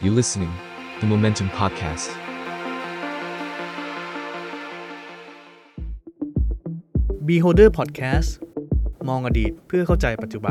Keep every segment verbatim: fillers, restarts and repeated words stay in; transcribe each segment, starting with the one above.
You listening the Momentum Podcast Beholder Podcast มองอดีตเพื่อเข้าใจปัจจุบัน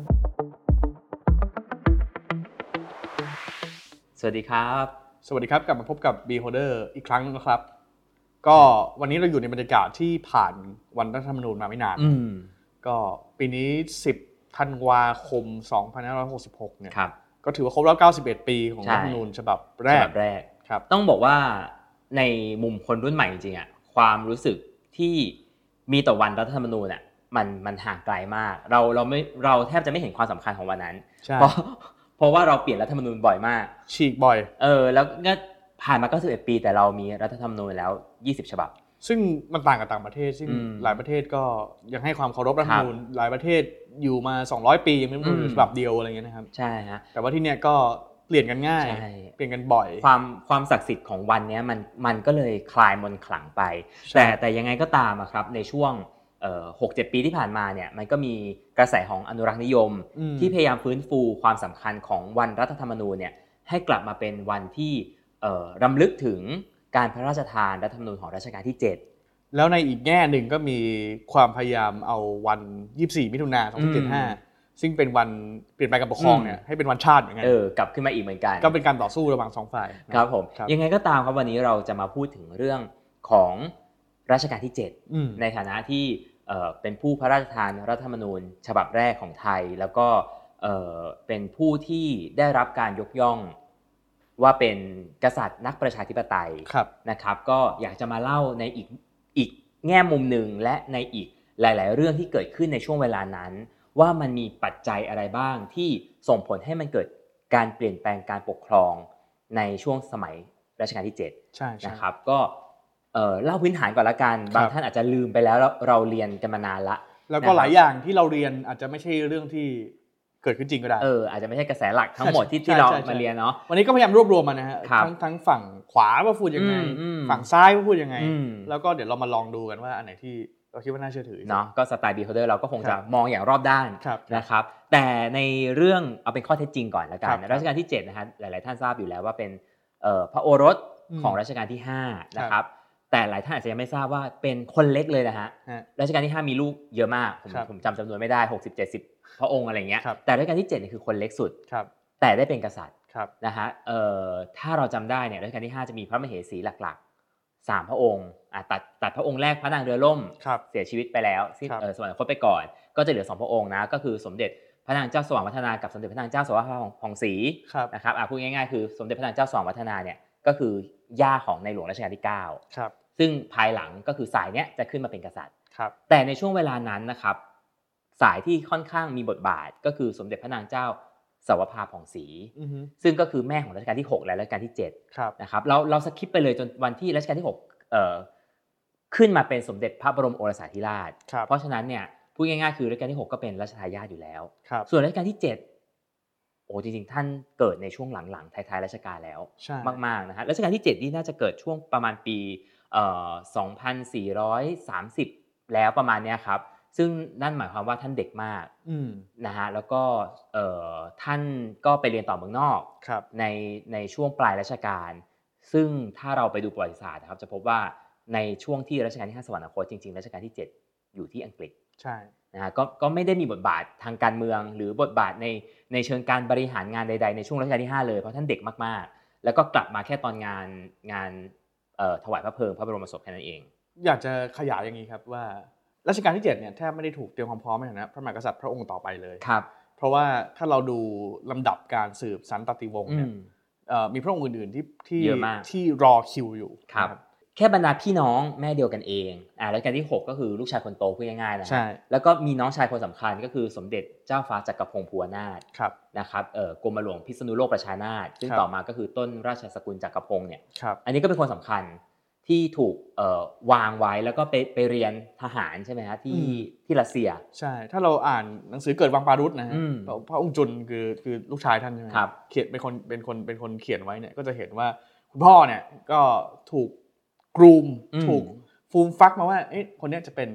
สวัสดีครับสวัสดีครับกลับมาพบกับ Beholder อีกครั้งนึงนะครับก็วันนี้เราอยู่ในบรรยากาศที่ผ่านวันรัฐธรรมนูญมาไม่นานก็ปีนี้สิบธันวาคมสองพันห้าร้อยหกสิบหกเนี่ยก็ถือว่าครบรอบเก้าสิบเอ็ดปีของรัฐธรรมนูญฉบับแรกฉบับแรกครับต้องบอกว่าในมุมคนรุ่นใหม่จริงๆอ่ะความรู้สึกที่มีต่อวันรัฐธรรมนูญอ่ะมันมันห่างไกลมากเราเราไม่เราแทบจะไม่เห็นความสำคัญของวันนั้นเพราะเพราะว่าเราเปลี่ยนรัฐธรรมนูญบ่อยมากฉีกบ่อยเออแล้วก็ผ่านมาเก้าสิบเอ็ดปีแต่เรามีรัฐธรรมนูญแล้วยี่สิบฉบับซึ่งมันต่างกับต่างประเทศซึ่งหลายประเทศก็ยังให้ความเคารพรัฐธรรมนูญหลายประเทศอยู่มาสองร้อยปียังไม่มีฉบับเดียวอะไรเงี้ยนะครับใช่ฮะแต่ว่าที่เนี้ยก็เปลี่ยนกันง่ายเปลี่ยนกันบ่อยความความศักดิ์สิทธิ์ของวันนี้มันมันก็เลยคลายมนต์ขลังไปแต่แต่ยังไงก็ตามอะครับในช่วงเอ่อ หกเจ็ด ปีที่ผ่านมาเนี่ยมันก็มีกระแสของอนุรักษ์นิยมที่พยายามฟื้นฟูความสำคัญของวันรัฐธรรมนูญเนี่ยให้กลับมาเป็นวันที่เอ่อรำลึกถึงการพระราชทานรัฐธรรมนูญของรัชกาลที่เจ็ดแล้วในอีกแง่หนึ่งก็มีความพยายามเอาวันยี่สิบสี่มิถุนายนสองพันเจ็ดสิบห้าซึ่งเป็นวันเปลี่ยนแปลงการปกครองเนี่ยให้เป็นวันชาติเหมือนกันเออกลับขึ้นมาอีกเหมือนกันก็เป็นการต่อสู้ระหว่างสองฝ่ายครับผมยังไงก็ตามครับวันนี้เราจะมาพูดถึงเรื่องของรัชกาลที่เจ็ดในฐานะที่เอ่อเป็นผู้พระราชทานรัฐธรรมนูญฉบับแรกของไทยแล้วก็เอ่อเป็นผู้ที่ได้รับการยกย่องว่าเป็นกษัตริย์นักประชาธิปไตยนะครับก็อยากจะมาเล่าในอีกอีกแง่มุมหนึ่งและในอีกหลายๆเรื่องที่เกิดขึ้นในช่วงเวลานั้นว่ามันมีปัจจัยอะไรบ้างที่ส่งผลให้มันเกิดการเปลี่ยนแปลงการปกครองในช่วงสมัยรัชกาลที่เจ็ดนะครับก็เอ่อเล่าพื้นฐานก่อนละกันบางท่านอาจจะลืมไปแล้วเราเรียนกันมานานละแล้วก็หลายอย่างที่เราเรียนอาจจะไม่ใช่เรื่องที่เกิดขึ้นจริงก็ได้เอออาจจะไม่ใช่กระแสหลักทั้งหมดที่ที่เรามาเรียนเนาะวันนี้ก็พยายามรวบรวมมานะฮะทั้งทั้งฝั่งขวาว่าพูดยังไงฝั่งซ้ายว่าพูดยังไงแล้วก็เดี๋ยวเรามาลองดูกันว่าอันไหนที่เราคิดว่าน่าเชื่อถือเนาะก็สไตล์ Beholder เราก็คงจะมองอย่างรอบด้านนะครับแต่ในเรื่องเอาเป็นข้อเท็จจริงก่อนละกันรัชกาลที่เจ็ดนะฮะหลายๆท่านทราบอยู่แล้วว่าเป็นเอ่อพระโอรสของรัชกาลที่ห้านะครับแต่หลายท่านอาจจะยังไม่ทราบว่าเป็นคนเล็กเลยนะฮะรัชกาลที่ห้ามีลูกเยอะมากผมผมจำจำนวนไม่ได้หกสิบ เจ็ดสิบพระองค์อะไรเงี้ยแต่รัชกาลที่เจ็ดเนี่ยคือคนเล็กสุดแต่ได้เป็นกษัตริย์นะฮะเอ่อถ้าเราจำได้เนี่ยรัชกาลที่ห้าจะมีพระมเหสีหลักๆสามพระองค์อ่ะตัดตัดพระองค์แรกพระนางเรือล่มเสียชีวิตไปแล้วเอ่อสวรรคตไปก่อนก็จะเหลือสองพระองค์นะก็คือสมเด็จพระนางเจ้าสว่างวัฒนากับสมเด็จพระนางเจ้าสวภาผ่องศรีนะครับอ่ะพูดง่ายๆคือสมเด็จพระนางเจ้าสว่างวัฒนาเนี่ยก็คือย่าของในหลวงรัชกาลที่เก้าครับซึ่งภายหลังก็คือสายเนี้ยจะขึ้นมาเป็นกษัตริย์ครับแต่ในช่วงเวลานั้นนะครับสายที่ค่อนข้างมีบทบาทก็คือสมเด็จพระนางเจ้าสวภาผ่องศรีซึ่งก็คือแม่ของรัชกาลที่หกและรัชกาลที่เจ็ดนะครับเราเราสคิปไปเลยจนวันที่รัชกาลที่หกเอ่อขึ้นมาเป็นสมเด็จพระบรมโอรสาธิราชเพราะฉะนั้นเนี่ยพูดง่ายๆคือรัชกาลที่หกก็เป็นรัชทายาทอยู่แล้วส่วนรัชกาลที่เจ็ดโอ้จริงๆท่านเกิดในช่วงหลังๆท้ายๆรัชกาลแล้วมากๆนะฮะรัชกาลที่เจ็ดนี่น่าจะเกิดช่วงประมาณปีเอ่อสองพันสี่ร้อยสามสิบแล้วประมาณเนี้ยครับซึ่งนั่นหมายความว่าท่านเด็กมากนะฮะแล้วก็เอ่อท่านก็ไปเรียนต่อเมืองนอกในในช่วงปลายรัชกาลซึ่งถ้าเราไปดูประวัติศาสตร์นะครับจะพบว่าในช่วงที่รัชกาลที่ห้าสวรรคตจริงๆรัชกาลที่เจ็ดอยู่ที่อังกฤษใช่นะฮะก็ก็ไม่ได้มีบทบาททางการเมืองหรือบทบาทในในเชิงการบริหารงานใดๆในช่วงรัชกาลที่ห้าเลยเพราะท่านเด็กมากๆแล้วก็กลับมาแค่ตอนงานงานเอ่อถวายพระเพลิงพระบรมศพแค่นั้นเองอยากจะขยายอย่างนี้ครับว่ารัชกาลที่เจ็ดเนี่ยแทบไม่ได้ถูกเตรียมความพร้อมในฐานะพระมหากษัตริย์พระองค์ต่อไปเลยครับเพราะว่าถ้าเราดูลำดับการสืบสันตติวงศ์เนี่ยเอ่อมีพระองค์อื่นๆที่ที่ที่รอคิวอยู่ครับแค่บรรดาพี่น้องแม่เดียวกันเองอ่ารัชกาลที่หกก็คือลูกชายคนโตพูดง่ายๆนะฮะแล้วก็มีน้องชายคนสำคัญก็คือสมเด็จเจ้าฟ้าจักรพงศ์ภูวนาถนะครับเอ่อกรมหลวงพิษณุโลกประชานาถซึ่งต่อมาก็คือต้นราชสกุลจักรพงศ์เนี่ยอันนี้ก็เป็นคนสำคัญที่ถูกเอ่อวางไว้แล้วก็ไปไปเรียนทหารใช่ไหมฮะที่ที่รัสเซียใช่ถ้าเราอ่านหนังสือเกิดวังปารุตนะฮะพระองค์จุลคือคือลูกชายท่านใช่ไหมครับเขียนเป็นคนเป็นคนเป็นคนเขียนไว้เนี่ยก็จะเห็นว่าคุณพ่อเนี่ยก็ถูกกรูมถูกฟูมฟักมาว่าเอ๊ะคนนี้จะเป็นพ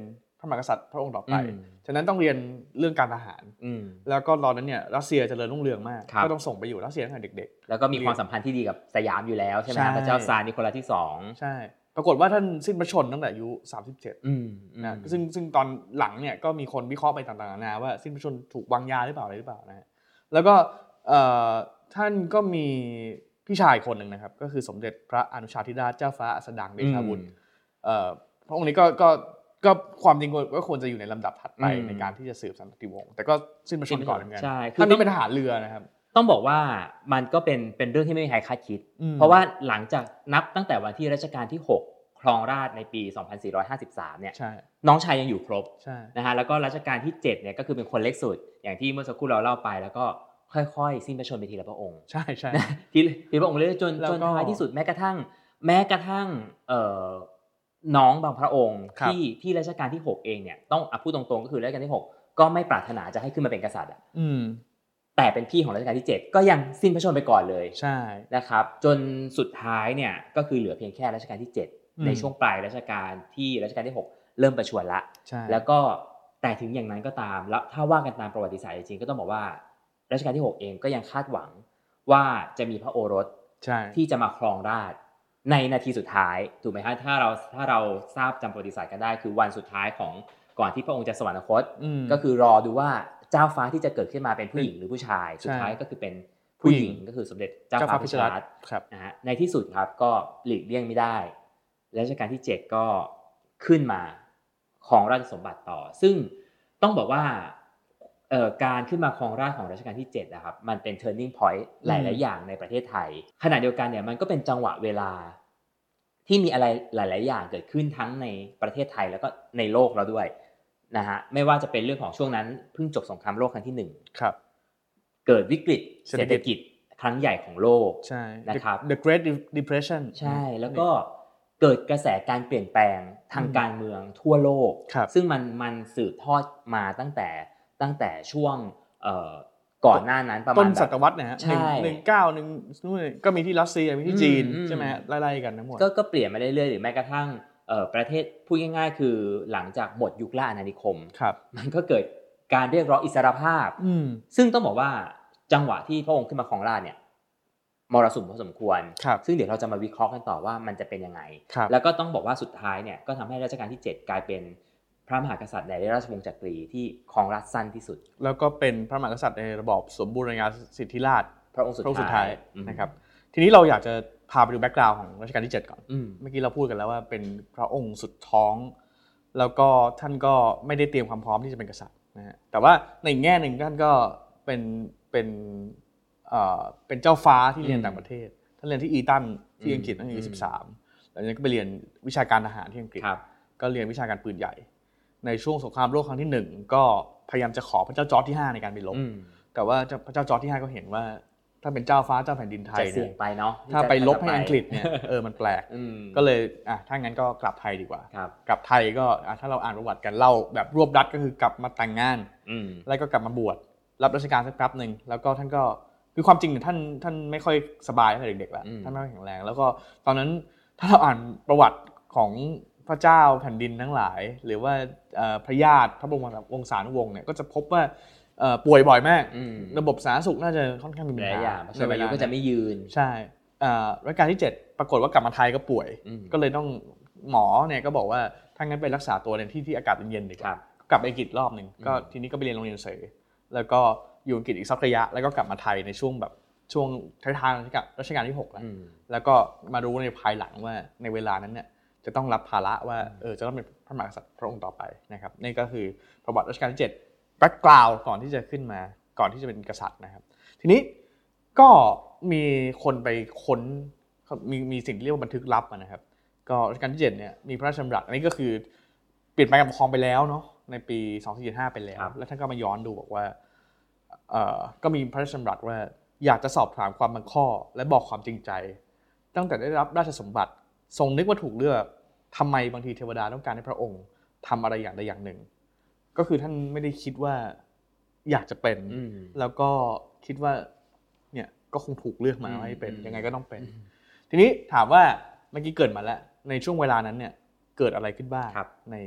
ระมหากษัตริย์พระองค์ต่อไปฉะนั้นต้องเรียนเรื่องการทหารแล้วก็ตอนนั้นเนี่ยรัสเซียเจริญรุ่งเรืองมากก็ต้องส่งไปอยู่รัสเซียตั้งแต่เด็กๆแล้วก็มีความสัมพันธ์ที่ดีกับสยามอยู่แล้วใช่ไหมพระเจ้าซาร์นิโคลัสที่สองใช่ปรากฏว่าท่านสิ้นพระชนม์ตั้งแต่อายุสามสิบเจ็ดอืมนะซึ่งซึ่งตอนหลังเนี่ยก็มีคนวิเคราะห์ไปต่างๆนานาว่าสิ้นพระชนม์ถูกวางยาหรือเปล่าอะไรหรือเปล่านะฮะแล้วก็เอ่อท่านก็มีพี่ชายคนนึงนะครับก็คือสมเด็จพระอนุชาธิราชเจ้าฟ้าอัสดางเดชาวุฒิเอ่อพระองค์นี้ก็ก็ก็ความจริงก็ควรจะอยู่ในลำดับถัดไปในการที่จะสืบสันตติวงศ์แต่ก็สิ้นพระชนม์ก่อนเหมือนกันท่านนี้เป็นทหารเรือนะครับต้องบอกว่ามันก็เป็นเป็นเรื่องที่ไม่มีใครคาดคิดเพราะว่าหลังจากนับตั้งแต่วันที่รัชกาลที่หกครองราชย์ในปีสองพันสี่ร้อยห้าสิบสามเนี่ยน้องชายยังอยู่ครบนะฮะแล้วก็รัชกาลที่เจ็ดเนี่ยก็คือเป็นคนเล็กสุดอย่างที่เมื่อสักครู่เราเล่าไปแล้วก็ค่อยๆสิ้นพระชนม์ไปทีละพระองค์ใช่ใช่ทีทีพระองค์เลยจนจนท้ายที่สุดแม้กระทั่งแม้กระทั่งเอ่อน้องบางพระองค์ที่ที่รัชกาลที่หกเองเนี่ยต้องพูดตรงๆก็คือรัชกาลที่หกก็ไม่ปรารถนาจะให้ขึ้นมาเป็นกษัตริย์อ่ะแต่เป็นพี่ของรัชกาลที่เจ็ดก็ยังสิ้นพระชนม์ไปก่อนเลยใช่นะครับจนสุดท้ายเนี่ยก็คือเหลือเพียงแค่รัชกาลที่เจ็ดในช่วงปลายรัชกาลที่รัชกาลที่หกเริ่มประชวรละแล้วก็แต่ถึงอย่างนั้นก็ตามแล้วถ้าว่ากันตามประวัติศาสตร์จริงๆก็ต้องบอกว่ารัชกาลที่หกเองก็ยังคาดหวังว่าจะมีพระโอรสที่จะมาครองราชย์ในนาทีสุดท้ายถูกไหมฮะถ้าเราถ้าเราทราบจำประวัติศาสตร์กันได้คือวันสุดท้ายของก่อนที่พระองค์จะสวรรคตก็คือรอดูว่าเจ้าฟ้าที่จะเกิดขึ้นมาเป็นผู้หญิงหรือผู้ชายสุดท้ายก็คือเป็นผู้หญิงก็คือสมเด็จเจ้าฟ้าพิชรัตน์นะฮะในที่สุดครับก็หลีกเลี่ยงไม่ได้รัชกาลที่เจ็ดก็ขึ้นมาครองราชสมบัติต่อซึ่งต้องบอกว่าเอ่อการขึ้นมาครองราชย์ของรัชกาลที่เจ็ดนะครับมันเป็น turning point หลายๆอย่างในประเทศไทยขณะเดียวกันเนี่ยมันก็เป็นจังหวะเวลาที่มีอะไรหลายๆอย่างเกิดขึ้นทั้งในประเทศไทยแล้วก็ในโลกเราด้วยนะฮะไม่ว่าจะเป็นเรื่องของช่วงนั้นเพิ่งจบสงครามโลกครั้งที่หนึ่งครับเกิดวิกฤตเศรษฐกิจครั้งใหญ่ของโลกใช่นะครับ The Great Depression ใช่แล้วก็เกิดกระแสการเปลี่ยนแปลงทางการเมืองทั่วโลกซึ่งมันมันสืบทอดมาตั้งแต่ตั้งแต่ช่วงเอ่อก่อนหน้านั้นประมาณต้นศตวรรษนะฮะหนึ่งเก้า หนึ่งนู่นก็มีที่รัสเซียมีที่จีนใช่มั้ยฮะไล่ๆกันทั้งหมดก็ก็เปลี่ยนมาเรื่อยๆหรือแม้กระทั่งเอ่อประเทศพูดง่ายๆคือหลังจากหมดยุคล่าอาณานิคมมันก็เกิดการเรียกร้องอิสรภาพซึ่งต้องบอกว่าจังหวะที่พระองค์ขึ้นมาครองราชย์เนี่ยมรสุมพอสมควรซึ่งเดี๋ยวเราจะมาวิเคราะห์กันต่อว่ามันจะเป็นยังไงแล้วก็ต้องบอกว่าสุดท้ายเนี่ยก็ทำให้รัชกาลที่เจ็ดกลายเป็นพระมหากษัตริย์ในราชวงศ์จักรีที่ครองราชย์สั้นที่สุดแล้วก็เป็นพระมหากษัตริย์ในระบอบสมบูรณาญาสิทธิราชย์พระองค์สุดท้ายนะครับทีนี้เราอยากจะพาไปดูแบ็คกราวด์ของรัชกาลที่เจ็ดก่อนเมื่อกี้เราพูดกันแล้วว่าเป็นพระองค์สุดท้องแล้วก็ท่านก็ไม่ได้เตรียมความพร้อมที่จะเป็นกษัตริย์นะฮะแต่ว่าในแง่นึงท่านก็เป็นเป็นเอ่อเป็นเจ้าฟ้าที่เรียนต่างประเทศท่านเรียนที่อีตันที่อังกฤษตั้งแต่อายุสิบสามแล้วจากนั้นก็ไปเรียนวิชาการทหารที่อังกฤษก็เรียนวิชาการปืนใหญ่ในช่วงสงครามโลกครั้งที่หนึ่งก็พยายามจะขอพระเจ้าจอร์จที่ห้าในการไปรบแต่ว่าพระเจ้าจอร์จที่ห้าก็เห็นว่าถ้าเป็นเจ้าฟ้าเจ้าแผ่นดินไทยเนี่ยจะเสี่ยงไปเนาะถ้าไปรบให้อังกฤษเนี่ยเออมันแปลกก็เลยอ่ะถ้างั้นก็กลับไทยดีกว่ากลับไทยก็ถ้าเราอ่านประวัติกันเล่าแบบรวบรัดก็คือกลับมาแต่งงานแล้วก็กลับมาบวชรับราชการสักแป๊บนึงแล้วก็ท่านก็คือความจริงท่านท่านไม่ค่อยสบายตั้งแต่เด็กๆแล้วท่านไม่ค่อยแข็งแรงแล้วก็ตอนนั้นถ้าเราอ่านประวัติของพระเจ้าแผ่นดินทั้งหลายหรือว่าพระญาติพระบรมวงศานุวงศ์เนี่ยก็จะพบว่าป่วยบ่อยมากระบบสาธารณสุขน่าจะค่อนข้างมีปัญหาในเวลาก็จะไม่ยืนใช่รัชกาลที่เจ็ดปรากฏว่ากลับมาไทยก็ป่วยก็เลยต้องหมอเนี่ยก็บอกว่าถ้างั้นไปรักษาตัวในที่ที่อากาศเย็นๆดีกว่ากลับไปอังกฤษรอบนึงก็ทีนี้ก็ไปเรียนโรงเรียนเสยแล้วก็อยู่อังกฤษอีกสักระยะแล้วก็กลับมาไทยในช่วงแบบช่วงท้ายๆรัชกาลที่หกแล้วแล้วก็มารู้ในภายหลังว่าในเวลานั้นเนี่ยจะต้องรับภาระว่าเออจะต้องเป็นพระมหากษัตริย์พระองค์ต่อไปนะครับนี่ก็คือประวัติรัชกาลที่เจ็ดแบ็คกราวด์ก่อนที่จะขึ้นมาก่อนที่จะเป็นกษัตริย์นะครับทีนี้ก็มีคนไปค้นมีมีสิ่งที่เรียกว่าบันทึกลับนะครับก็รัชกาลที่เจ็ดเนี่ยมีพระราชดำรัสอันนี้ก็คือเปลี่ยนแปลงการปกครองไปแล้วเนาะในปีสองพันสี่ร้อยเจ็ดสิบห้าไปแล้วแล้วท่านก็มาย้อนดูบอกว่าเอ่อก็มีพระราชดำรัสว่าอยากจะสอบถามความบางข้อและบอกความจริงใจตั้งแต่ได้รับราชสมบัติทรงนึกว่าถูกเลือกทำไมบางทีเทวดาต้องการให้พระองค์ทำอะไรอย่างใดอย่างหนึ่งก็คือท่านไม่ได้คิดว่าอยากจะเป็นแล้วก็คิดว่าเนี่ยก็คงถูกเลือกมาให้เป็นยังไงก็ต้องเป็นทีนี้ถามว่าเมื่อกี้เกิดมาแล้วในช่วงเวลานั้นเนี่ยเกิดอะไรขึ้นบ้างใน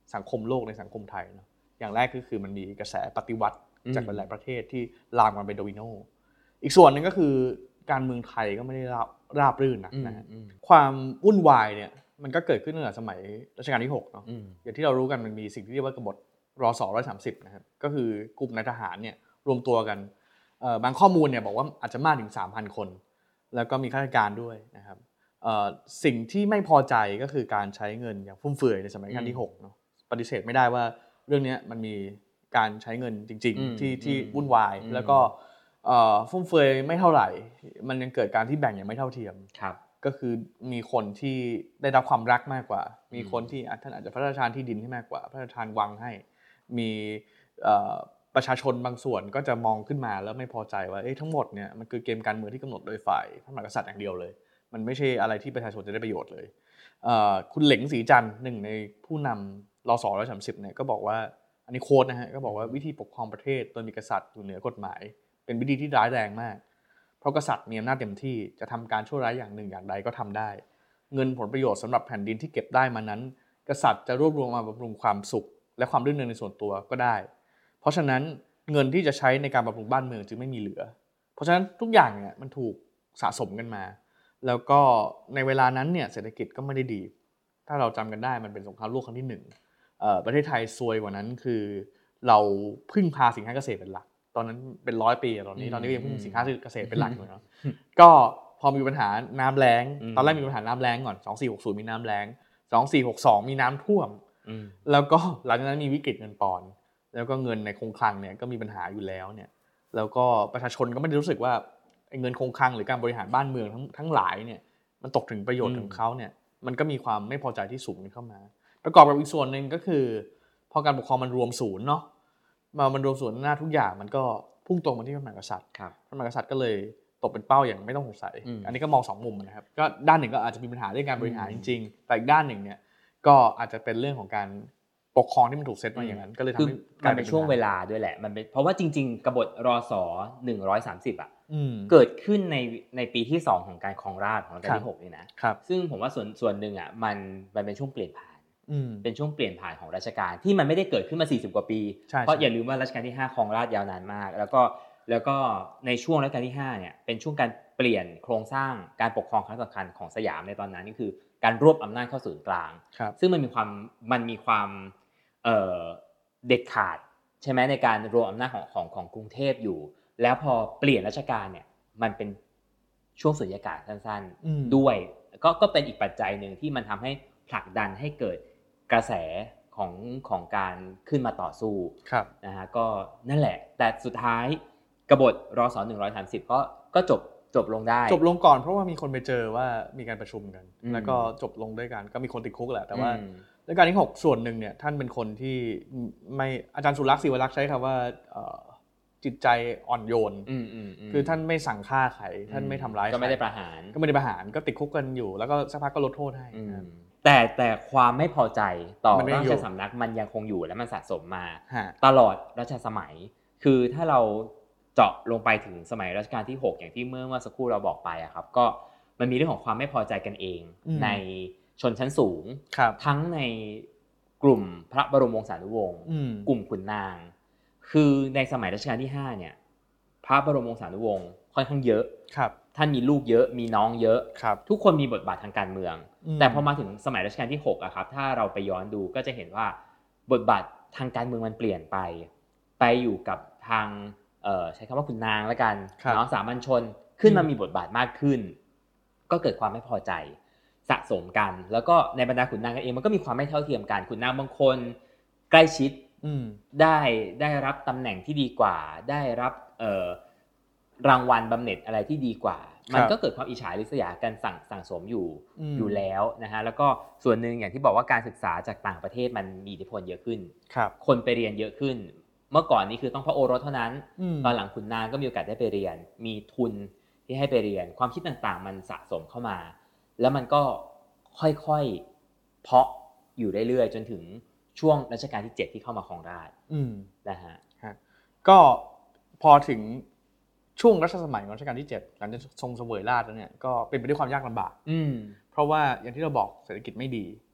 สังคมโลกในสังคมไทยเนาะอย่างแรกก็คือมันมีกระแสปฏิวัติจากหลายๆประเทศที่ลามกันไปโดมิโนอีกส่วนหนึ่งก็คือการเมืองไทยก็ไม่ได้ราบราบรื่นนะนะฮะความวุ่นวายเนี่ยมันก็เกิดขึ้นตั้งแต่สมัยรัชกาลที่หกเนาะอย่างที่เรารู้กันมันมีสิ่งที่เรียกว่ากบฏรศหนึ่งร้อยสามสิบนะครับก็คือกลุ่มนายทหารเนี่ยรวมตัวกันบางข้อมูลเนี่ยบอกว่าอาจจะมากถึง สามพัน คนแล้วก็มีข้าราชการด้วยนะครับสิ่งที่ไม่พอใจก็คือการใช้เงินอย่างฟุ่มเฟือยในสมัยรัชกาลที่หกเนาะปฏิเสธไม่ได้ว่าเรื่องนี้มันมีการใช้เงินจริงๆที่ที่วุ่นวายแล้วก็ฟุ่มเฟือยไม่เท่าไหร่มันยังเกิดการที่แบ่งอย่างไม่เท่าเทียมก็คือมีคนที่ได้รับความรักมากกว่ามีคนที่ท่านอาจจะพระราชทานที่ดินให้มากกว่าพระราชทานวังให้มีประชาชนบางส่วนก็จะมองขึ้นมาแล้วไม่พอใจว่าทั้งหมดเนี่ยมันคือเกมการเมืองที่กำหนดโดยฝ่ายพระมหากษัตริย์อย่างเดียวเลยมันไม่ใช่อะไรที่ประชาชนจะได้ประโยชน์เลยคุณเหล็งศรีจันทร์หนึ่งในผู้นำรศหนึ่งร้อยสามสิบเนี่ยก็บอกว่าอันนี้โค้ดนะฮะก็บอกว่าวิธีปกครองประเทศโดยมีกษัตริย์อยู่เหนือกฎหมายเป็นวิธีที่ร้ายแรงมากเพราะกษัตริย์มีอำนาจเต็มที่จะทำการชั่วร้ายอย่างหนึ่งอย่างใดก็ทำได้เงินผลประโยชน์สำหรับแผ่นดินที่เก็บได้มานั้นกษัตริย์จะรวบรวมมาบำรุงความสุขและความรื่นเริงในส่วนตัวก็ได้เพราะฉะนั้นเงินที่จะใช้ในการบำรุงบ้านเมืองจึงไม่มีเหลือเพราะฉะนั้นทุกอย่างเนี่ยมันถูกสะสมกันมาแล้วก็ในเวลานั้นเนี่ยเศรษฐกิจก็ไม่ได้ดีถ้าเราจำกันได้มันเป็นสงครามโลกครั้งที่หนึ่งประเทศไทยซวยกว่านั้นคือเราพึ่งพาสินค้าเกษตรเป็นหลักตอนนั้นเป็นร้อยปีตอนนี้ตอนนี้ยังพึ่งสินค้าเกษตรเป็นหลักอยู่เนาะก็พอมีปัญหาน้ำแล้งตอนแรกมีปัญหาน้ำแล้งก่อนสองสี่หกศูนย์มีน้ำแล้งสองสี่หกสองมีน้ำท่วมแล้วก็หลังจากนั้นมีวิกฤตเงินปอนด์แล้วก็เงินในคงคลังเนี่ยก็มีปัญหาอยู่แล้วเนี่ยแล้วก็ประชาชนก็ไม่ได้รู้สึกว่าเงินคงคลังหรือการบริหารบ้านเมืองทั้งทั้งหลายเนี่ยมันตกถึงประโยชน์ของเขาเนี่ยมันก็มีความไม่พอใจที่สูงเข้ามาประกอบกับอีกส่วนหนึ่งก็คือพอการปกครองมันรวมศูนย์เนาะมามันรวมศูนย์หน้าทุกอย่างมันก็พุ่งตรงมาที่พระมหากษัตริย์พระมหากษัตริย์ก็เลยตกเป็นเป้าอย่างไม่ต้องสงสัยอันนี้ก็มองสองมุมนะครับก็ด้านหนึ่งก็อาจจะมีปัญหาเรื่องการบริหารจริงๆแต่อีกด้านหนึ่งเนี่ยก็อาจจะเป็นเรื่องของการปกครองที่มันถูกเซตมาอย่างนั้นก็เลยทำให้มันเป็นช่วงเวลาด้วยแหละมันเป็นเพราะว่าจริงๆกบฏรศหนึ่งร้อยสามสิบอ่ะเกิดขึ้นในในปีที่สองของการครองราชย์ของรัชกาลที่หกนี่นะซึ่งผมว่าส่วนส่วนหนึ่งอ่ะมันมันเป็นช่วงเปลี่ยนผ่านเป็นช่วงเปลี่ยนผ่านของรัชกาลที่มันไม่ได้เกิดขึ้นมาสี่สิบกว่าปีเพราะอย่าลืมว่ารัชกาลที่ห้าครองราชย์ยาวนานมากแล้วก็แล้วก็ในช่วงรัชกาลที่ห้าเนี่ยเป็นช่วงการเปลี่ยนโครงสร้างการปกครองครั้งสำคัญของสยามในตอนนั้นนี่คือการรวบอำนาจเข้าศูนย์กลางซึ่งมันมีความมันมีความเอ่อเด็ดขาดใช่ไหมในการรวมอำนาจของของของกรุงเทพอยู่แล้วพอเปลี่ยนรัชกาลเนี่ยมันเป็นช่วงสุญญากาศสั้นๆด้วยก็ก็เป็นอีกปัจจัยหนึ่งที่มันทำให้ผลักดันให้เกิดกระแสของของการขึ้นมาต่อสู้นะฮะก็นั่นแหละแต่สุดท้ายกบฏรศหนึ่งร้อยสามสิบก็ก็จบจบลงได้จบลงก่อนเพราะว่ามีคนไปเจอว่ามีการประชุมกันแล้วก็จบลงด้วยกันก็มีคนติดคุกแหละแต่ว่ารัชกาลที่หกส่วนหนึ่งเนี่ยท่านเป็นคนที่ไม่อาจารย์สุรักษ์ศิวรักษ์ใช้คำว่าจิตใจอ่อนโยนคือท่านไม่สั่งฆ่าใครท่านไม่ทำร้ายก็ไม่ได้ประหารก็ไม่ได้ประหารก็ติดคุกกันอยู่แล้วก็สักพักก็ลดโทษให้แต่แต่ความไม่พอใจต่อราชสำนักมันยังคงอยู่และมันสะสมมาตลอดรัชสมัยคือถ้าเราเจาะลงไปถึงสมัยรัชกาลที่หกอย่างที่เมื่อเมื่อสักครู่เราบอกไปอะครับก็มันมีเรื่องของความไม่พอใจกันเองในชนชั้นสูงทั้งในกลุ่มพระบรมวงศานุวงศ์กลุ่มขุนนางคือในสมัยรัชกาลที่ห้าเนี่ยพระบรมวงศานุวงศ์ค่อนข้างเยอะท่านมีลูกเยอะมีน้องเยอะทุกคนมีบทบาททางการเมืองแต่พอมาถึงสมัยรัชกาลที่หกอะครับถ้าเราไปย้อนดูก็จะเห็นว่าบทบาททางการเมืองมันเปลี่ยนไปไปอยู่กับทางเอ่อใช้คำว่าขุนนางแล้วกันเนาะสามัญชนขึ้นมามีบทบาทมากขึ้นก็เกิดความไม่พอใจสะสมกันแล้วก็ในบรรดาขุนนางกันเองมันก็มีความไม่เท่าเทียมกันขุนนางบางคนใกล้ชิดได้ได้รับตำแหน่งที่ดีกว่าได้รับเอ่อรางวัลบำเหน็จอะไรที่ดีกว่ามันก็เกิดความอิจฉาริษยากันสั่งสั่งสมอยู่อยู่แล้วนะฮะแล้วก็ส่วนหนึ่งอย่างที่บอกว่าการศึกษาจากต่างประเทศมันมีอิทธิพลเยอะขึ้นคนไปเรียนเยอะขึ้นเมื่อก่อนนี้คือต้องพระโอรสเท่านั้นตอนหลังขุนนางก็มีโอกาสได้ไปเรียนมีทุนที่ให้ไปเรียนความคิดต่างๆมันสะสมเข้ามาแล้วมันก็ค่อยๆเพาะอยู่เรื่อยๆจนถึงช่วงรัชกาลที่เจ็ดที่เข้ามาครองราชย์นะฮะก็พอถึงช่วงรัชสมัยของรัชกาลที่เจ็ดหลังจากทรงเสวยราชย์แล้วเนี่ยก็เป็นไปด้วยความยากลำบากเพราะว่าอย่างที่เราบอกเศรษฐกิจไม่ดี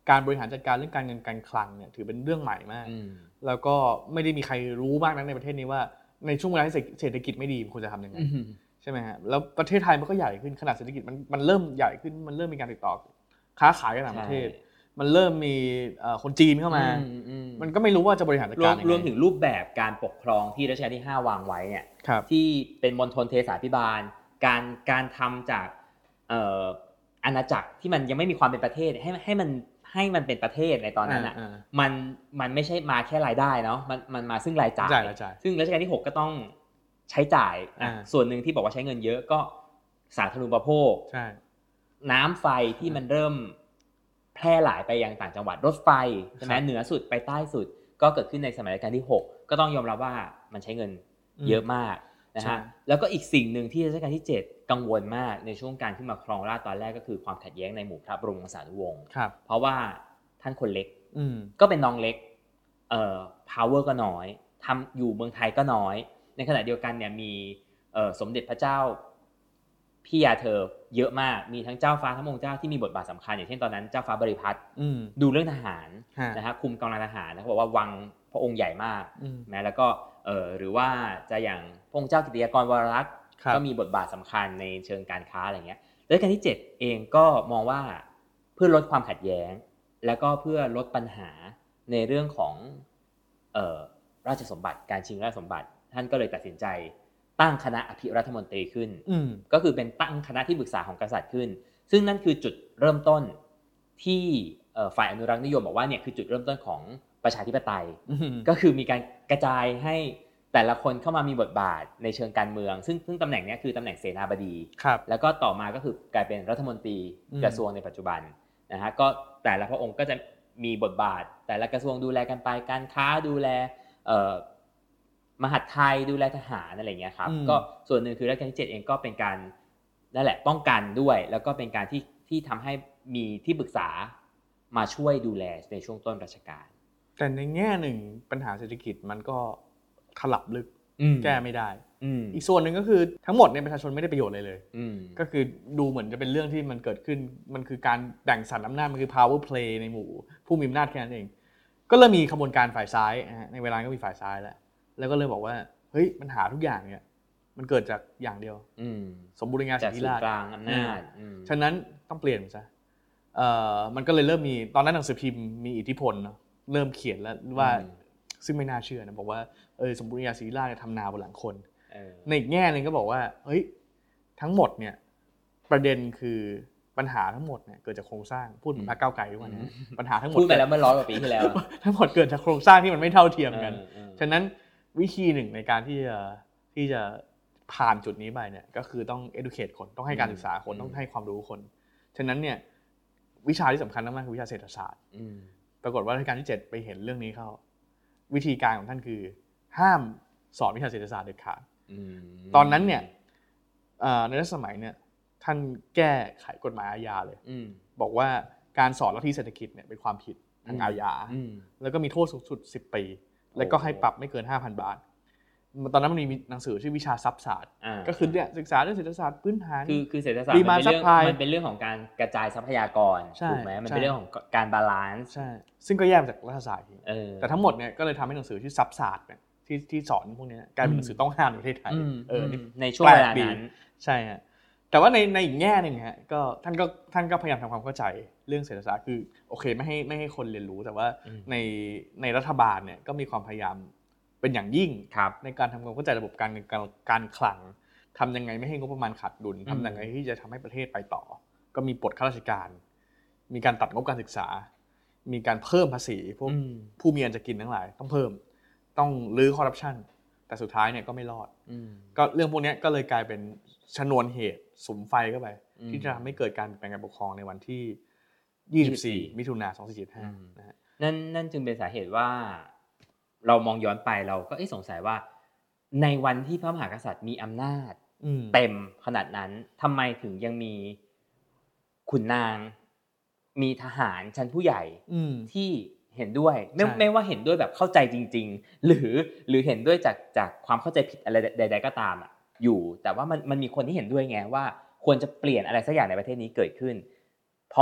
การบริหารจัดการเรื่องการเงินการคลังเนี่ยถือเป็นเรื่องใหม่มากแล้วก็ไม่ได้มีใครรู้มากนักในประเทศนี้ว่าในช่วงเวลาที่เศรษฐกิจไม่ดีควรจะทำยังไงใช่ไหมฮะแล้วประเทศไทยมันก็ใหญ่ขึ้นขนาดเศรษฐกิจมันมันเริ่มใหญ่ขึ้นมันเริ่มมีการติดต่อค้าขายกับต่างประเทศมันเริ่มมีคนจีนเข้ามามันก็ไม่รู้ว่าจะบริหารจัดการยังไงรวมถึงรูปแบบการปกครองที่รัชกาลที่ห้าวางไว้เนี่ยที่เป็นมณฑลเทศาภิบาลการการทำจากอาณาจักรที่มันยังไม่มีความเป็นประเทศให้ให้มันให้มันเป็นประเทศในตอนนั้นอ่ะมันมันไม่ใช่มาแค่รายได้เนาะมันมันมาซึ่งรายจ่ายซึ่งรัชกาลที่หกก็ต้องใช้จ่ายส่วนหนึ่งที่บอกว่าใช้เงินเยอะก็สาธารณูปโภคน้ำไฟที่มันเริ่มแพร่หลายไปยังต่างจังหวัดรถไฟใช่ไหมเหนือสุดไปใต้สุดก็เกิดขึ้นในสมัยรัชกาลที่หกก็ต้องยอมรับว่ามันใช้เงินเยอะมากนะฮะแล้วก็อีกสิ่งหนึ่งที่รัชกาลที่เจ็ดกังวลมากในช่วงการขึ้นมาครองราชย์ตอนแรกก็คือความขัดแย้งในหมู่พระบรมวงศานุวงศ์เพราะว่าท่านคนเล็กก็เป็นน้องเล็กเอ่อ power ก็น้อยทำอยู่เมืองไทยก็น้อยในขณะเดียวกันเนี่ยมีเอ่อสมเด็จพระเจ้าพี่ยาเธอเยอะมากมีทั้งเจ้าฟ้าทั้งองค์เจ้าที่มีบทบาทสำคัญอย่างเช่นตอนนั้นเจ้าฟ้าบริพัตรดูเรื่องทหารนะฮะคุมกองทหารนะเขาบอกว่าวังพระองค์ใหญ่มากนะแล้วก็เอ่อหรือว่าจะอย่างพระองค์เจ้ากิติยากรวรรัตน์ก็มีบทบาทสำคัญในเชิงการค้าอะไรเงี้ยรัชกาลที่เจ็ดเองก็มองว่าเพื่อลดความขัดแย้งแล้วก็เพื่อลดปัญหาในเรื่องของเอ่อราชสมบัติการชิงราชสมบัติท่านก็เลยตัดสินใจตั้งคณะอภิรัฐมนตรีขึ้นก็คือเป็นตั้งคณะที่ปรึกษาของกษัตริย์ขึ้นซึ่งนั่นคือจุดเริ่มต้นที่ฝ่ายอนุรักษ์นิยมบอกว่าเนี่ยคือจุดเริ่มต้นของประชาธิปไตยก็คือมีการกระจายให้แต่ละคนเข้ามามีบทบาทในเชิงการเมืองซึ่งซึ่งตำแหน่งนี้คือตำแหน่งเสนาบดีแล้วก็ต่อมาก็คือกลายเป็นรัฐมนตรีกระทรวงในปัจจุบันนะฮะก็แต่ละพระองค์ก็จะมีบทบาทแต่ละกระทรวงดูแลกันไปการค้าดูแลมหาดไทยดูแลทหารอะไรเงี้ยครับก็ส่วนหนึ่งคือรัชกาลที่เจ็ดเองก็เป็นการนั่นแหละป้องกันด้วยแล้วก็เป็นการที่ที่ทำให้มีที่ปรึกษามาช่วยดูแลในช่วงต้นรัชกาลแต่ในแง่หนึ่งปัญหาเศรษฐกิจมันก็ถลับลึกแก้ไม่ได้อีกส่วนหนึ่งก็คือทั้งหมดเนี่ยประชาชนไม่ได้ประโยชน์เลยเลยก็คือดูเหมือนจะเป็นเรื่องที่มันเกิดขึ้นมันคือการแบ่งสรรอำนาจมันคือ power play ในหมู่ผู้มีอำนาจแค่นั้นเองก็เริ่มมีขบวนการฝ่ายซ้ายในเวลาก็มีฝ่ายซ้ายแล้วแล้วก็เลยบอกว่าเฮ้ยปัญหาทุกอย่างเนี่ยมันเกิดจากอย่างเดียวสมบูรณาญาสิทธิราชกลางอำนาจฉะนั้นต้องเปลี่ยนซะเอ่อมันก็เลยเริ่มมีตอนนั้นหนังสือพิมพ์มีอิทธิพลเนาะเริ่มเขียนแล้วว่าซึ่งไม่น่าเชื่อนะบอกว่าเออสมบูรณาญาสิทธิราชทำนาบนหลังคนในอีกแง่นึงก็บอกว่าเฮ้ยทั้งหมดเนี่ยประเด็นคือปัญหาทั้งหมดเนี่ยเกิดจากโครงสร้างพูดเหมือนพรรคก้าวไกลทุกวันนี้ปัญหาทั้งหมดพูดไปแล้วเมื่อร้อยกว่าปีที่แล้วทั้งหมดเกิดจากโครงสร้างที่มันไม่เท่าเทียมกันฉะนั้นวิธีหนึ่งในการที่จะที่จะผ่านจุดนี้ไปเนี่ยก็คือต้อง educate คนต้องให้การศึกษาคนต้องให้ความรู้คนฉะนั้นเนี่ยวิชาที่สำคัญมากๆคือวิชาเศรษฐศาสตร์ปรากฏว่ารัชกาลที่เจ็ดไปเห็นเรื่องนี้เข้าวิธีการของท่านคือห้ามสอนวิชาเศรษฐศาสตร์เด็ดขาดตอนนั้นเนี่ยในรัชสมัยเนี่ยท่านแก้ไขกฎหมายอาญาเลยบอกว่าการสอนลัทธิเศรษฐกิจเนี่ยเป็นความผิดทางอาญาแล้วก็มีโทษสูงสุดสิบปีแล้วก็ให้ปรับไม่เกิน ห้าพัน บาทตอนนั้นมันมีหนังสือชื่อวิชาทรัพย์ศาสตร์ก็คือเนี่ยศึกษาเรื่องเศรษฐศาสตร์พื้นฐานคือคือเศรษฐศาสตร์มันเป็นเรื่องมันเป็นเรื่องของการกระจายทรัพยากรถูกไหมมันเป็นเรื่องของการบาลานซ์ใช่ซึ่งก็แยกจากรัฐศาสตร์แต่ทั้งหมดเนี่ยก็เลยทำให้หนังสือที่ทรัพย์ศาสตร์เนี่ยที่ที่สอนพวกนี้กลายเป็นหนังสือต้องห้ามในประเทศไทยเออในช่วงเวลานั้นใช่ฮะแต่ว่าในในอีกแง่นึงฮะก็ท่านก็ท่านก็พยายามทำความเข้าใจเรื่องเศรษฐศาสตร์คือโอเคไม่ให้ไม่ให้คนเรียนรู้แต่ว่าในในรัฐบาลเนี่ยก็มีความพยายามเป็นอย่างยิ่งในการทำความเข้าใจระบบการเงินการคลังทำยังไงไม่ให้งบประมาณขาดดุลทำยังไงที่จะทำให้ประเทศไปต่อก็มีปลดข้าราชการมีการตัดงบการศึกษามีการเพิ่มภาษีพวกผู้มีอันจะกินทั้งหลายต้องเพิ่มต้องลื้อคอร์รัปชันแต่สุดท้ายเนี่ยก็ไม่รอดก็เรื่องพวกนี้ก็เลยกลายเป็นชนวนเหตุสุมไฟเข้าไปที่จะทำให้เกิดการเปลี่ยนแปลงการปกครองในวันที่ยี่สิบสี่มิถุนายนสองพันสี่ร้อยเจ็ดสิบห้านะฮะนั่นนั่นจึงเป็นสาเหตุว่าเรามองย้อนไปเราก็สงสัยว่าในวันที่พระมหากษัตริย์มีอำนาจเต็มขนาดนั้นทำไมถึงยังมีขุนนางมีทหารชั้นผู้ใหญ่ที่เห็นด้วยไม่ไม่ว่าเห็นด้วยแบบเข้าใจจริงๆหรือหรือเห็นด้วยจากจากความเข้าใจผิดอะไรใดๆก็ตามอ่ะอยู่แต่ว่ามันมันมีคนที่เห็นด้วยไงว่าควรจะเปลี่ยนอะไรสักอย่างในประเทศนี้เกิดขึ้นเพราะ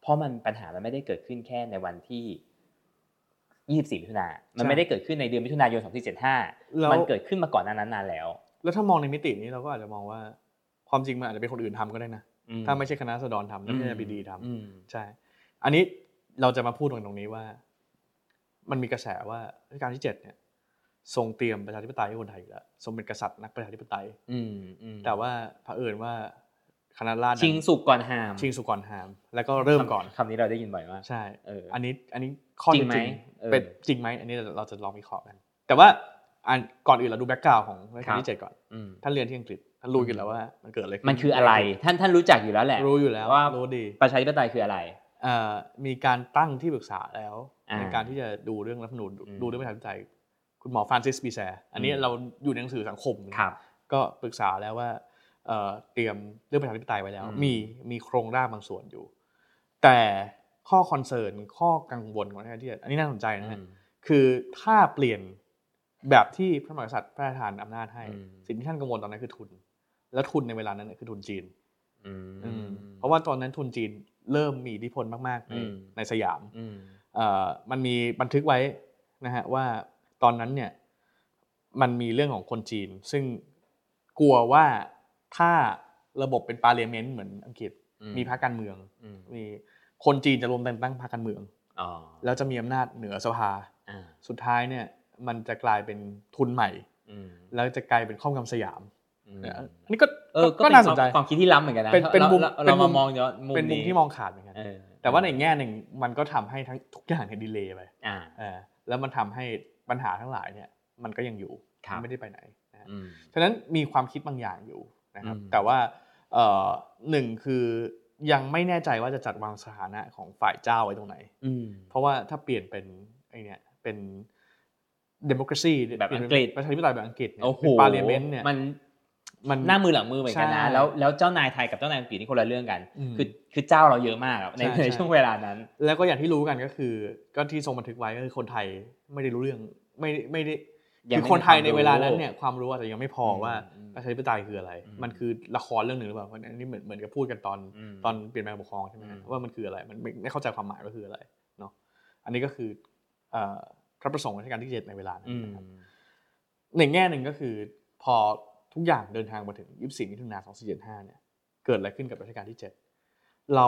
เพราะมันปัญหามันไม่ได้เกิดขึ้นแค่ในวันที่ยี่สิบสี่มิถุนายนมันไม่ได้เกิดขึ้นในเดือนมิถุนายนสองพันสี่ร้อยเจ็ดสิบห้ามันเกิดขึ้นมาก่อนหน้านั้นนานแล้วแล้วถ้ามองในมิตินี้เราก็อาจจะมองว่าความจริงมันอาจจะเป็นคนอื่นทำก็ได้นะถ้าไม่ใช่คณะราษฎรทำไม่ใช่ บี ดี ทำใช่อันนี้เราจะมาพูดตรงนี้ว่ามันมีกระแสว่ารัชกาลที่เจ็ดเนี่ยทรงเตรียมประชาธิปไตยให้คนไทยอยู่แล้วทรงเป็นกษัตริย์นักประชาธิปไตยแต่ว่าเผอิญว่าคณะราษฎรชิงสุกก่อนหามชิงสุกก่อนหามแล้วก็เริ่มก่อนคำนี้เราได้ยินบ่อยมากใช่อันนี้อันนี้ข้อจริงไหมเป็นจริงไหมอันนี้เราจะลองวิเคราะห์กันแต่ว่าก่อนอื่นเราดูแบ็คกราวด์ของรัชกาลที่เจ็ดก่อนท่านเรียนที่อังกฤษท่านรู้อยู่แล้วว่ามันเกิดอะไรมันคืออะไรท่านท่านรู้จักอยู่แล้วแหละรู้อยู่แล้วว่ารู้ดีประชาธิปไตยคืออะไรมีการตั้งที่ปรึกษาแล้วในการที่จะดูเรื่องรัฐธรรมนูญดูเรื่องประชาธิปไตยคุณหมอฟรานซิสบีแซร์อันนี้เราอยู่ในหนังสือสังคมก็ปรึกษาแล้วว่าเตรียมเรื่องประชาธิปไตยไว้แล้วมีมีโครงร่างบางส่วนอยู่แต่ข้อคอนเซิร์นข้อกังวลของรัชกาลที่เจ็ดอันนี้น่าสนใจนะฮะคือถ้าเปลี่ยนแบบที่พระมหากษัตริย์พระราชทานอำนาจให้สิ่งที่ท่านกังวลตอนนั้นคือทุนแล้วทุนในเวลานั้นคือทุนจีนเพราะว่าตอนนั้นทุนจีนเริ่มมีอิทธิพลมากๆในในสยามมันมีบันทึกไว้นะฮะว่าตอนนั้นเนี่ยมันมีเรื่องของคนจีนซึ่งกลัวว่าถ้าระบบเป็นปาร์ลิเมนต์เหมือนอังกฤษมีพรรคการเมืองมีคนจีนจะรวมแต่งตั้งพรรคการเมืองแล้วจะมีอำนาจเหนือสภาสุดท้ายเนี่ยมันจะกลายเป็นทุนใหม่แล้วจะกลายเป็นครอบงำสยามอันนี้ก็ก็น่าสนใจความคิดที่ล้ำเหมือนกันนะเป็นมุมเรามามองย้อนมุมนี้เป็นมุมที่มองขาดเหมือนกันแต่ว่าในแง่หนึ่งมันก็ทำให้ทั้งทุกอย่างเนี่ยดีเลย์ไปแล้วมันทำให้ปัญหาทั้งหลายเนี่ยมันก็ยังอยู่ไม่ได้ไปไหนนะฉะนั้นมีความคิดบางอย่างอยู่นะครับแต่ว่าหนึ่งคือยังไม่แน่ใจว่าจะจัดวางสถานะของฝ่ายเจ้าไว้ตรงไหนเพราะว่าถ้าเปลี่ยนเป็นไอเนี่ยเป็นdemocracy แบบอังกฤษประชาธิปไตยแบบอังกฤษเนี่ยเป็น parliament เนี่ยมันมันหน้ามือหลังมือเหมือนกันนะแล้วแล้วเจ้านายไทยกับเจ้านายอังกฤษนี่คนละเรื่องกันคือคือเจ้าเราเยอะมากในในช่วงเวลานั้นแล้วก็อย่างที่รู้กันก็คือก็ที่ทรงบันทึกไว้ก็คือคนไทยไม่ได้รู้เรื่องไม่ไม่ได้คือคนไทยในเวลานั้นเนี่ยความรู้อาจจะยังไม่พอว่าประชาธิปไตยคืออะไรมันคือละครเรื่องนึงหรือเปล่าเพราะอันนี้เหมือนเหมือนกับพูดกันตอนตอนเปลี่ยนแปลงปกครองใช่ไหมว่ามันคืออะไรมันไม่เข้าใจความหมายว่าคืออะไรเนาะอันนี้ก็คือพระประสงค์รัชกาลที่เจ็ดในเวลานั้นนะครับในแง่หนึ่งก็คือพอทุกอย่างเดินทางมาถึงยี่สิบสี่มิถุนายนสองพันสี่ร้อยเจ็ดสิบห้าเนี่ยเกิดอะไรขึ้นกับรัชกาลที่เจ็ดเรา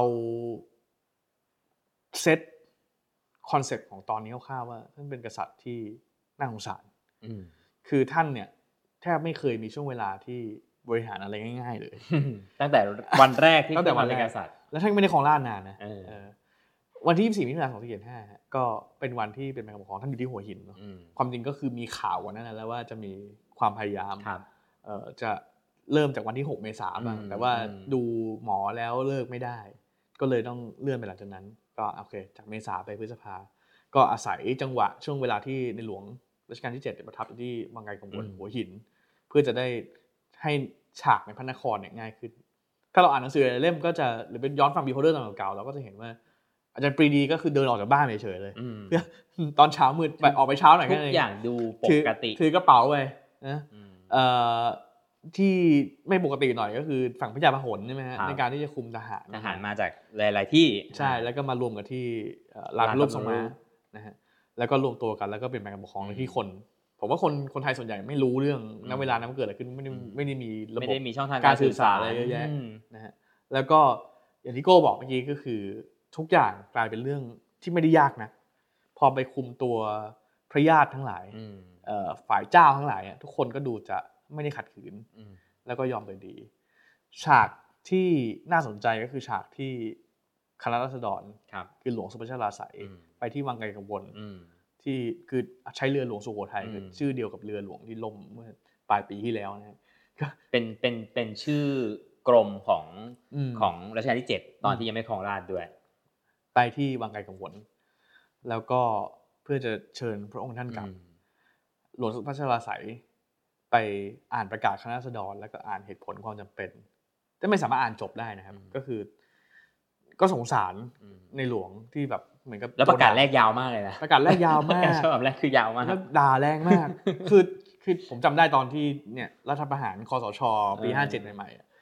เซตคอนเซ็ปต์ของตอนนี้คร่าวๆว่าท่านเป็นกษัตริย์ที่น่าสงสารคือท่านเนี่ยแทบไม่เคยมีช่วงเวลาที่บริหารอะไรง่ายๆเลยตั้งแต่วันแรกที่เป็นกษัตริย์แล้วท่านไม่ได้ครองราชย์นานนะวันที่ยี่สิบสี่มิถุนายนสองพันสี่ร้อยเจ็ดสิบห้าก็เป็นวันที่เป็นการปกครองท่านอยู่ที่หัวหินเนาะความจริงก็คือมีข่าววันนั้นแล้วว่าจะมีความพยายามจะเริ่มจากวันที่หกเมษายนแต่ว่าดูหมอแล้วเลิกไม่ได้ก็เลยต้องเลื่อนไปหลังจากนั้นก็โอเคจากเมษาไปพฤษภาก็อาศัยจังหวะช่วงเวลาที่ในหลวงรัชกาลที่เจ็ดประทับอยู่ที่วังไกลกังวลหัวหินเพื่อจะได้ให้ฉากในพระนครเนี่ยง่ายขึ้นถ้าเราอ่านหนังสือเล่มก็จะหรือเป็นย้อนฟังบีโฮเดอร์ตอนเก่าๆเราก็จะเห็นว่าอาจารย์ปรีดีก็คือเดินออกจากบ้านเฉยๆเลยเพื่อตอนเช้ามืดไปออกไปเช้าหน่อยแค่นั้นทุกอย่างดูปกติถือกระเป๋าไปนะที่ไม่ปกติหน่อยก็คือฝั่งพระยาพหลใช่ไหมฮะในการที่จะคุมทหารทหารมาจากหลายๆที่ใช่แล้วก็มารวมกันที่ลานรูปทรงม้านะฮะแล้วก็รวมตัวกันแล้วก็เป็นการปกครองที่คนผมว่าคนคนไทยส่วนใหญ่ไม่รู้เรื่องณเวลานั้นมันเกิดอะไรขึ้นไม่ได้ไม่ได้มีระบบการสื่อสารอะไรเยอะแยะนะฮะแล้วก็อย่างที่โก้บอกเมื่อกี้ก็คือทุกอย่างกลายเป็นเรื่องที่ไม่ได้ยากนะพอไปคุมตัวพระญาติทั้งหลายฝ่ายเจ้าทั้งหลายทุกคนก็ดูจะไม่ได้ขัดขืนแล้วก็ยอมโดยดีฉากที่น่าสนใจก็คือฉากที่คณะราษฎรคือหลวงสุพัชราไสยไปที่วังไกลกังวลที่คือใช้เรือหลวงสุโขทัยคือชื่อเดียวกับเรือหลวงที่ล่มเมื่อปลายปีที่แล้วนะก็เป็นเป็นเป็นชื่อกรมของของรัชกาลที่เจ็ดตอนที่ยังไม่ครองราชด้วยไปที่วังไกลกังวลแล้วก็เพื่อจะเชิญพระองค์ท่านกลับหลวงสุพัชราไสยไปอ่านประกาศคณะราษฎรแล้วก็อ่านเหตุผลความจำเป็นแต่ไม่สามารถอ่านจบได้นะครับก็คือก็สงสารในหลวงที่แบบเหมือนกับแล้วประกาศแรกยาวมากเลยนะประกาศแรกยาวมากฉบับแรกคือยาวมากแล้วด่าแรงมากคือคือผมจำได้ตอนที่เนี่ยรัฐประหารคสช.ปีห้าสิบเจ็ดใหม่ๆ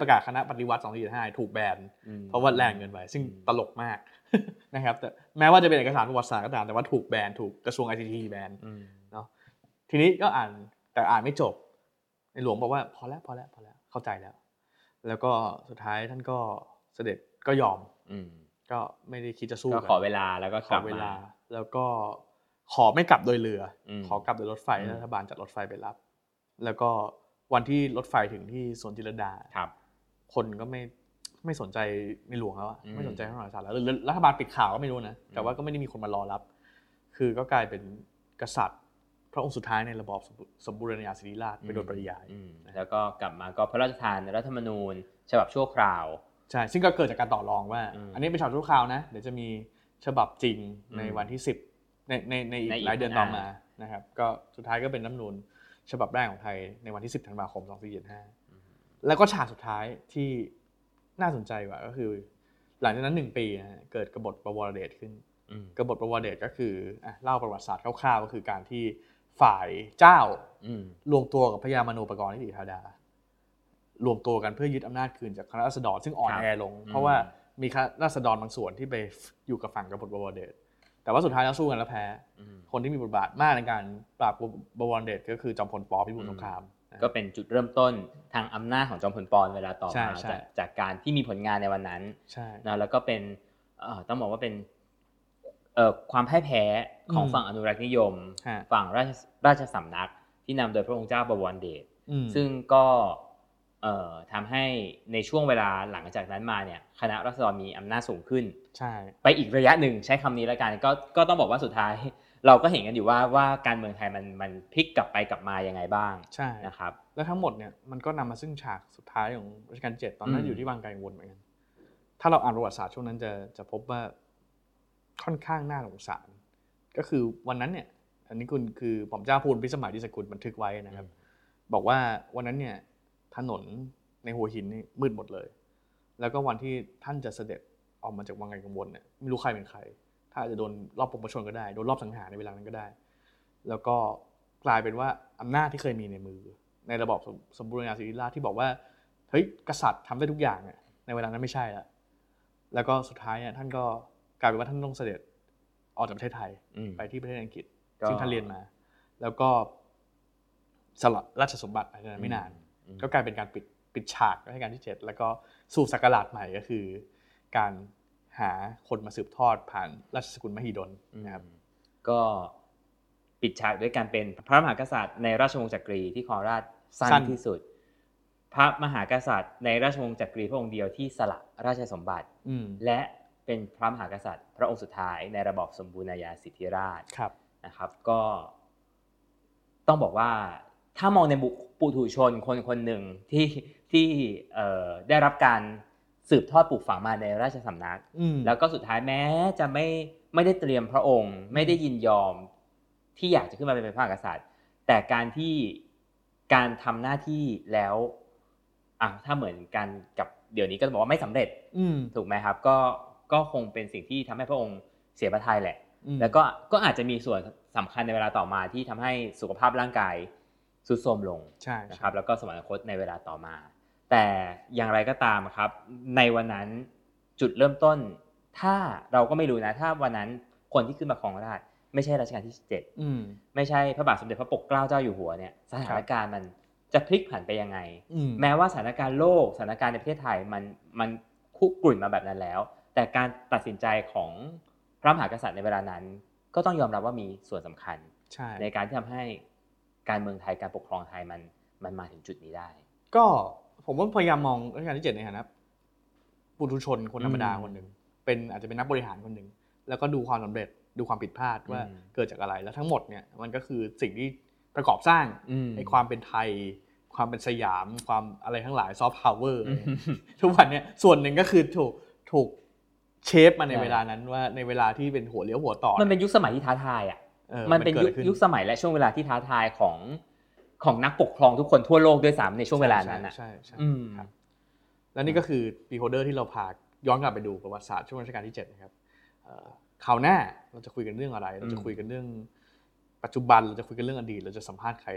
ประกาศคณะปฏิวัติสองสี่เจ็ดห้าถูกแบนเพราะว่าแรงเกินไปซึ่งตลกมากนะครับแต่แม้ว่าจะเป็นเอกสารประวัติศาสตร์ก็ตามแต่ว่าถูกแบนถูกกระทรวง ไอ ซี ที แบนเนาะทีนี้ก็อ่านแต่อ่านไม่จบในหลวงบอกว่าพอแล้วพอแล้วพอแล้วเข้าใจแล้วแล้วก็สุดท้ายท่านก็เสด็จก็ยอมก็ไม่ได้คิดจะสู้ก็ขอเวลาแล้วก็ขอเวลาแล้วก็ขอไม่กลับโดยเรือขอกลับโดยรถไฟรัฐบาลจัดรถไฟไปรับแล้วก็วันที่รถไฟถึงที่สวนจิรดาคนก็ไม่ไม่สนใจในหลวงแล้วไม่สนใจพระมหากษัตริย์แล้วรัฐบาลปิดข่าวก็ไม่รู้นะแต่ว่าก็ไม่ได้มีคนมารอรับคือก็กลายเป็นกษัตริย์พระองค์สุดท้ายในระบอบสมบูรณาญาสิริราชย์ไปโดยปริยายแล้วก็กลับมาก็พระราชทานรัฐธรรมนูญฉบับชั่วคราวใช่ซึ่งก็เกิดจากการต่อรองว่าอันนี้เป็นฉบับชั่วคราวนะเดี๋ยวจะมีฉบับจริงในวันที่สิบในในในอีกหลายเดือนต่อมานะครับก็สุดท้ายก็เป็นรัฐธรรมนูญฉบับแรกของไทยในวันที่สิบธันวาคมสองพันสี่ร้อยเจ็ดสิบห้าแล้วก็ฉากสุดท้ายที่น่าสนใจกว่าก็คือหลังจากนั้นหนึ่งปีนะเกิดกบฏบวรเดชขึ้นกบฏบวรเดชก็คืออ่ะเล่าประวัติศาสตร์คร่าวๆก็คือการที่ฝ่ายเจ้ารวมตัวกับพญามโนปกรณ์นิติธาดารวมตัวกันเพื่อยึดอำนาจคืนจากคณะราษฎรซึ่งอ่อนแอลงเพราะว่ามีคณะราษฎรบางส่วนที่ไปอยู่กับฝั่งกบฏบวรเดชแต่ว่าสุดท้ายแล้วสู้กันแล้วแพ้คนที่มีบทบาทมากในการปราบบวรเดชก็คือจอมพลป.พิบูลสงครามก็เป็นจุดเริ่มต้นทางอำนาจของจอมพลป.เวลาต่อมาจากจากการที่มีผลงานในวันนั้นนะแล้วก็เป็นต้องบอกว่าเป็นความพ่ายแพ้ของฝั่งอนุรักษ์นิยมฝั่งราชราชสำนักที่นำโดยพระองค์เจ้าบวรเดชซึ่งก็ทำให้ในช่วงเวลาหลังจากนั้นมาเนี่ยคณะราษฎรมีอำนาจสูงขึ้นไปอีกระยะหนึ่งใช้คำนี้แล้วกันก็ก็ต้องบอกว่าสุดท้ายเราก็เห็นกันอยู่ว่าว่าการเมืองไทยมันมันพลิกกลับไปกลับมายังไงบ้างนะครับแล้วทั้งหมดเนี่ยมันก็นำมาซึ่งฉากสุดท้ายของรัชกาลที่เจ็ดตอนนั้นอยู่ที่บางไกลกังวลเหมือนกันถ้าเราอ่านประวัติศาสตร์ช่วงนั้นจะจะพบว่าค่อนข้างน่าสงสารก็คือวันนั้นเนี่ยอันนี้คุณคือหม่อมเจ้าพูลพิสมัยดิษกุลบันทึกไว้นะครับบอกว่าวันนั้นเนี่ยถนนในหัวหินนี่มืดหมดเลยแล้วก็วันที่ท่านจะเสด็จออกมาจากวังไกลกังวลเนี่ยไม่รู้ใครเป็นใครถ้าอาจจะโดนรอบปกประชนก็ได้โดนรอบสังหารในเวลานั้นก็ได้แล้วก็กลายเป็นว่าอำนาจที่เคยมีในมือในระบอบสมบูรณาญาสิริราชย์ที่บอกว่าเฮ้ยกษัตริย์ทำได้ทุกอย่างเนี่ยในเวลานั้นไม่ใช่แล้วแล้วก็สุดท้ายเนี่ยท่านก็กลายเป็นว่าท่านต้องเสด็จออกจากประเทศไทยไปที่ประเทศอังกฤษซึ่งท่านเรียนมาแล้วก็สละราชสมบัติไปไม่นานก็กลายเป็นการปิดปิดฉากรัชกาลที่เจ็ดแล้วก็สู่ศักราชใหม่ก็คือการหาคนมาสืบทอดผ่านราชสกุลมหิดลนะครับก็ปิดฉากด้วยการเป็นพระมหากษัตริย์ในราชวงศ์จักรีที่ครองราชสั้นที่สุดพระมหากษัตริย์ในราชวงศ์จักรีพระองค์เดียวที่สละราชสมบัติและเป็นพระมหากษัตริย์พระองค์สุดท้ายในระบอบสมบูรณาญาสิทธิราชย์นะครับก็ต้องบอกว่าถ้ามองในปุถุชนคนคนหนึ่งที่ที่ได้รับการสืบทอดปลูกฝังมาในราชสำนักแล้วก็สุดท้ายแม้จะไม่ไม่ได้เตรียมพระองค์ไม่ได้ยินยอมที่อยากจะขึ้นมาเป็นพระมหากษัตริย์แต่การที่การทำหน้าที่แล้วอ่ะถ้าเหมือนกันกับเดี๋ยวนี้ก็จะบอกว่าไม่สำเร็จถูกไหมครับก็ก็คงเป็นสิ่งที่ทำให้พระองค์เสียพระทัยแหละแล้วก็ก็อาจจะมีส่วนสำคัญในเวลาต่อมาที่ทำให้สุขภาพร่างกายทรุดโทรมลงนะครับแล้วก็สวรรคตในเวลาต่อมาแต่อย่างไรก็ตามครับในวันนั้นจุดเริ่มต้นถ้าเราก็ไม่รู้นะถ้าวันนั้นคนที่ขึ้นมาครองราชย์ไม่ใช่รัชกาลที่เจ็ดไม่ใช่พระบาทสมเด็จพระปกเกล้าเจ้าอยู่หัวเนี่ยสถานการณ์มันจะพลิกผันไปยังไงแม้ว่าสถานการณ์โลกสถานการณ์ในประเทศไทยมันมันคุกรุ่นมาแบบนั้นแล้วแต่การตัดสินใจของพระมหากษัตริย์ในเวลานั้นก็ต้องยอมรับว่ามีส่วนสำคัญ ใ, ในการที่ทำให้การเมืองไทยการปกครองไทยมันมันมาถึงจุดนี้ได้ก็ผมว่าพยายามมองรัชกาลที่เจ็ดในฐานะปุถุชนคนธรรมดาคนหนึ่งเป็นอาจจะเป็นนักบริหารคนหนึ่งแล้วก็ดูความสำเร็จดูความผิดพลาดว่าเกิดจากอะไรแล้วทั้งหมดเนี่ยมันก็คือสิ่งที่ประกอบสร้างไอ้ความเป็นไทยความเป็นสยามความอะไรทั้งหลายซอฟต์พาวเวอร์ทุกวันเนี่ยส่วนหนึ่งก็คือถูกถูกเชฟมาในเวลานั้นว่าในเวลาที่เป็นหัวเลี้ยวหัวต่อมันเป็นยุคสมัยที่ท้าทายอ่ะมันเป็นยุคยุคสมัยและช่วงเวลาที่ท้าทายของของนักปกครองทุกคนทั่วโลกด้วยซ้ำในช่วงเวลานั้นอ่ะใช่ใช่ครับและนี่ก็คือปีโฮเดอร์ที่เราพาย้อนกลับไปดูประวัติศาสตร์ช่วงรัชกาลที่เจ็ดนะครับคราวหน้าเราจะคุยกันเรื่องอะไรเราจะคุยกันเรื่องปัจจุบันเราจะคุยกันเรื่องอดีตเราจะสัมภาษณ์ใคร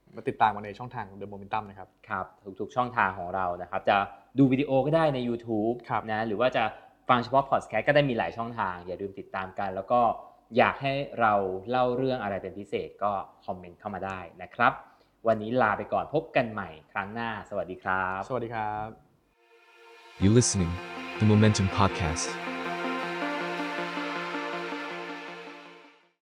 มาติดตามกันในช่องทางของ The Momentum นะครับครับทุกๆช่องทางของเรานะครับจะดูวิดีโอก็ได้ใน YouTube นะหรือว่าจะฟังเฉพาะพอดแคสต์ก็ได้มีหลายช่องทางอย่าลืมติดตามกันแล้วก็อยากให้เราเล่าเรื่องอะไรเป็นพิเศษก็คอมเมนต์เข้ามาได้นะครับวันนี้ลาไปก่อนพบกันใหม่ครั้งหน้าสวัสดีครับสวัสดีครับ You listening, the Momentum Podcast.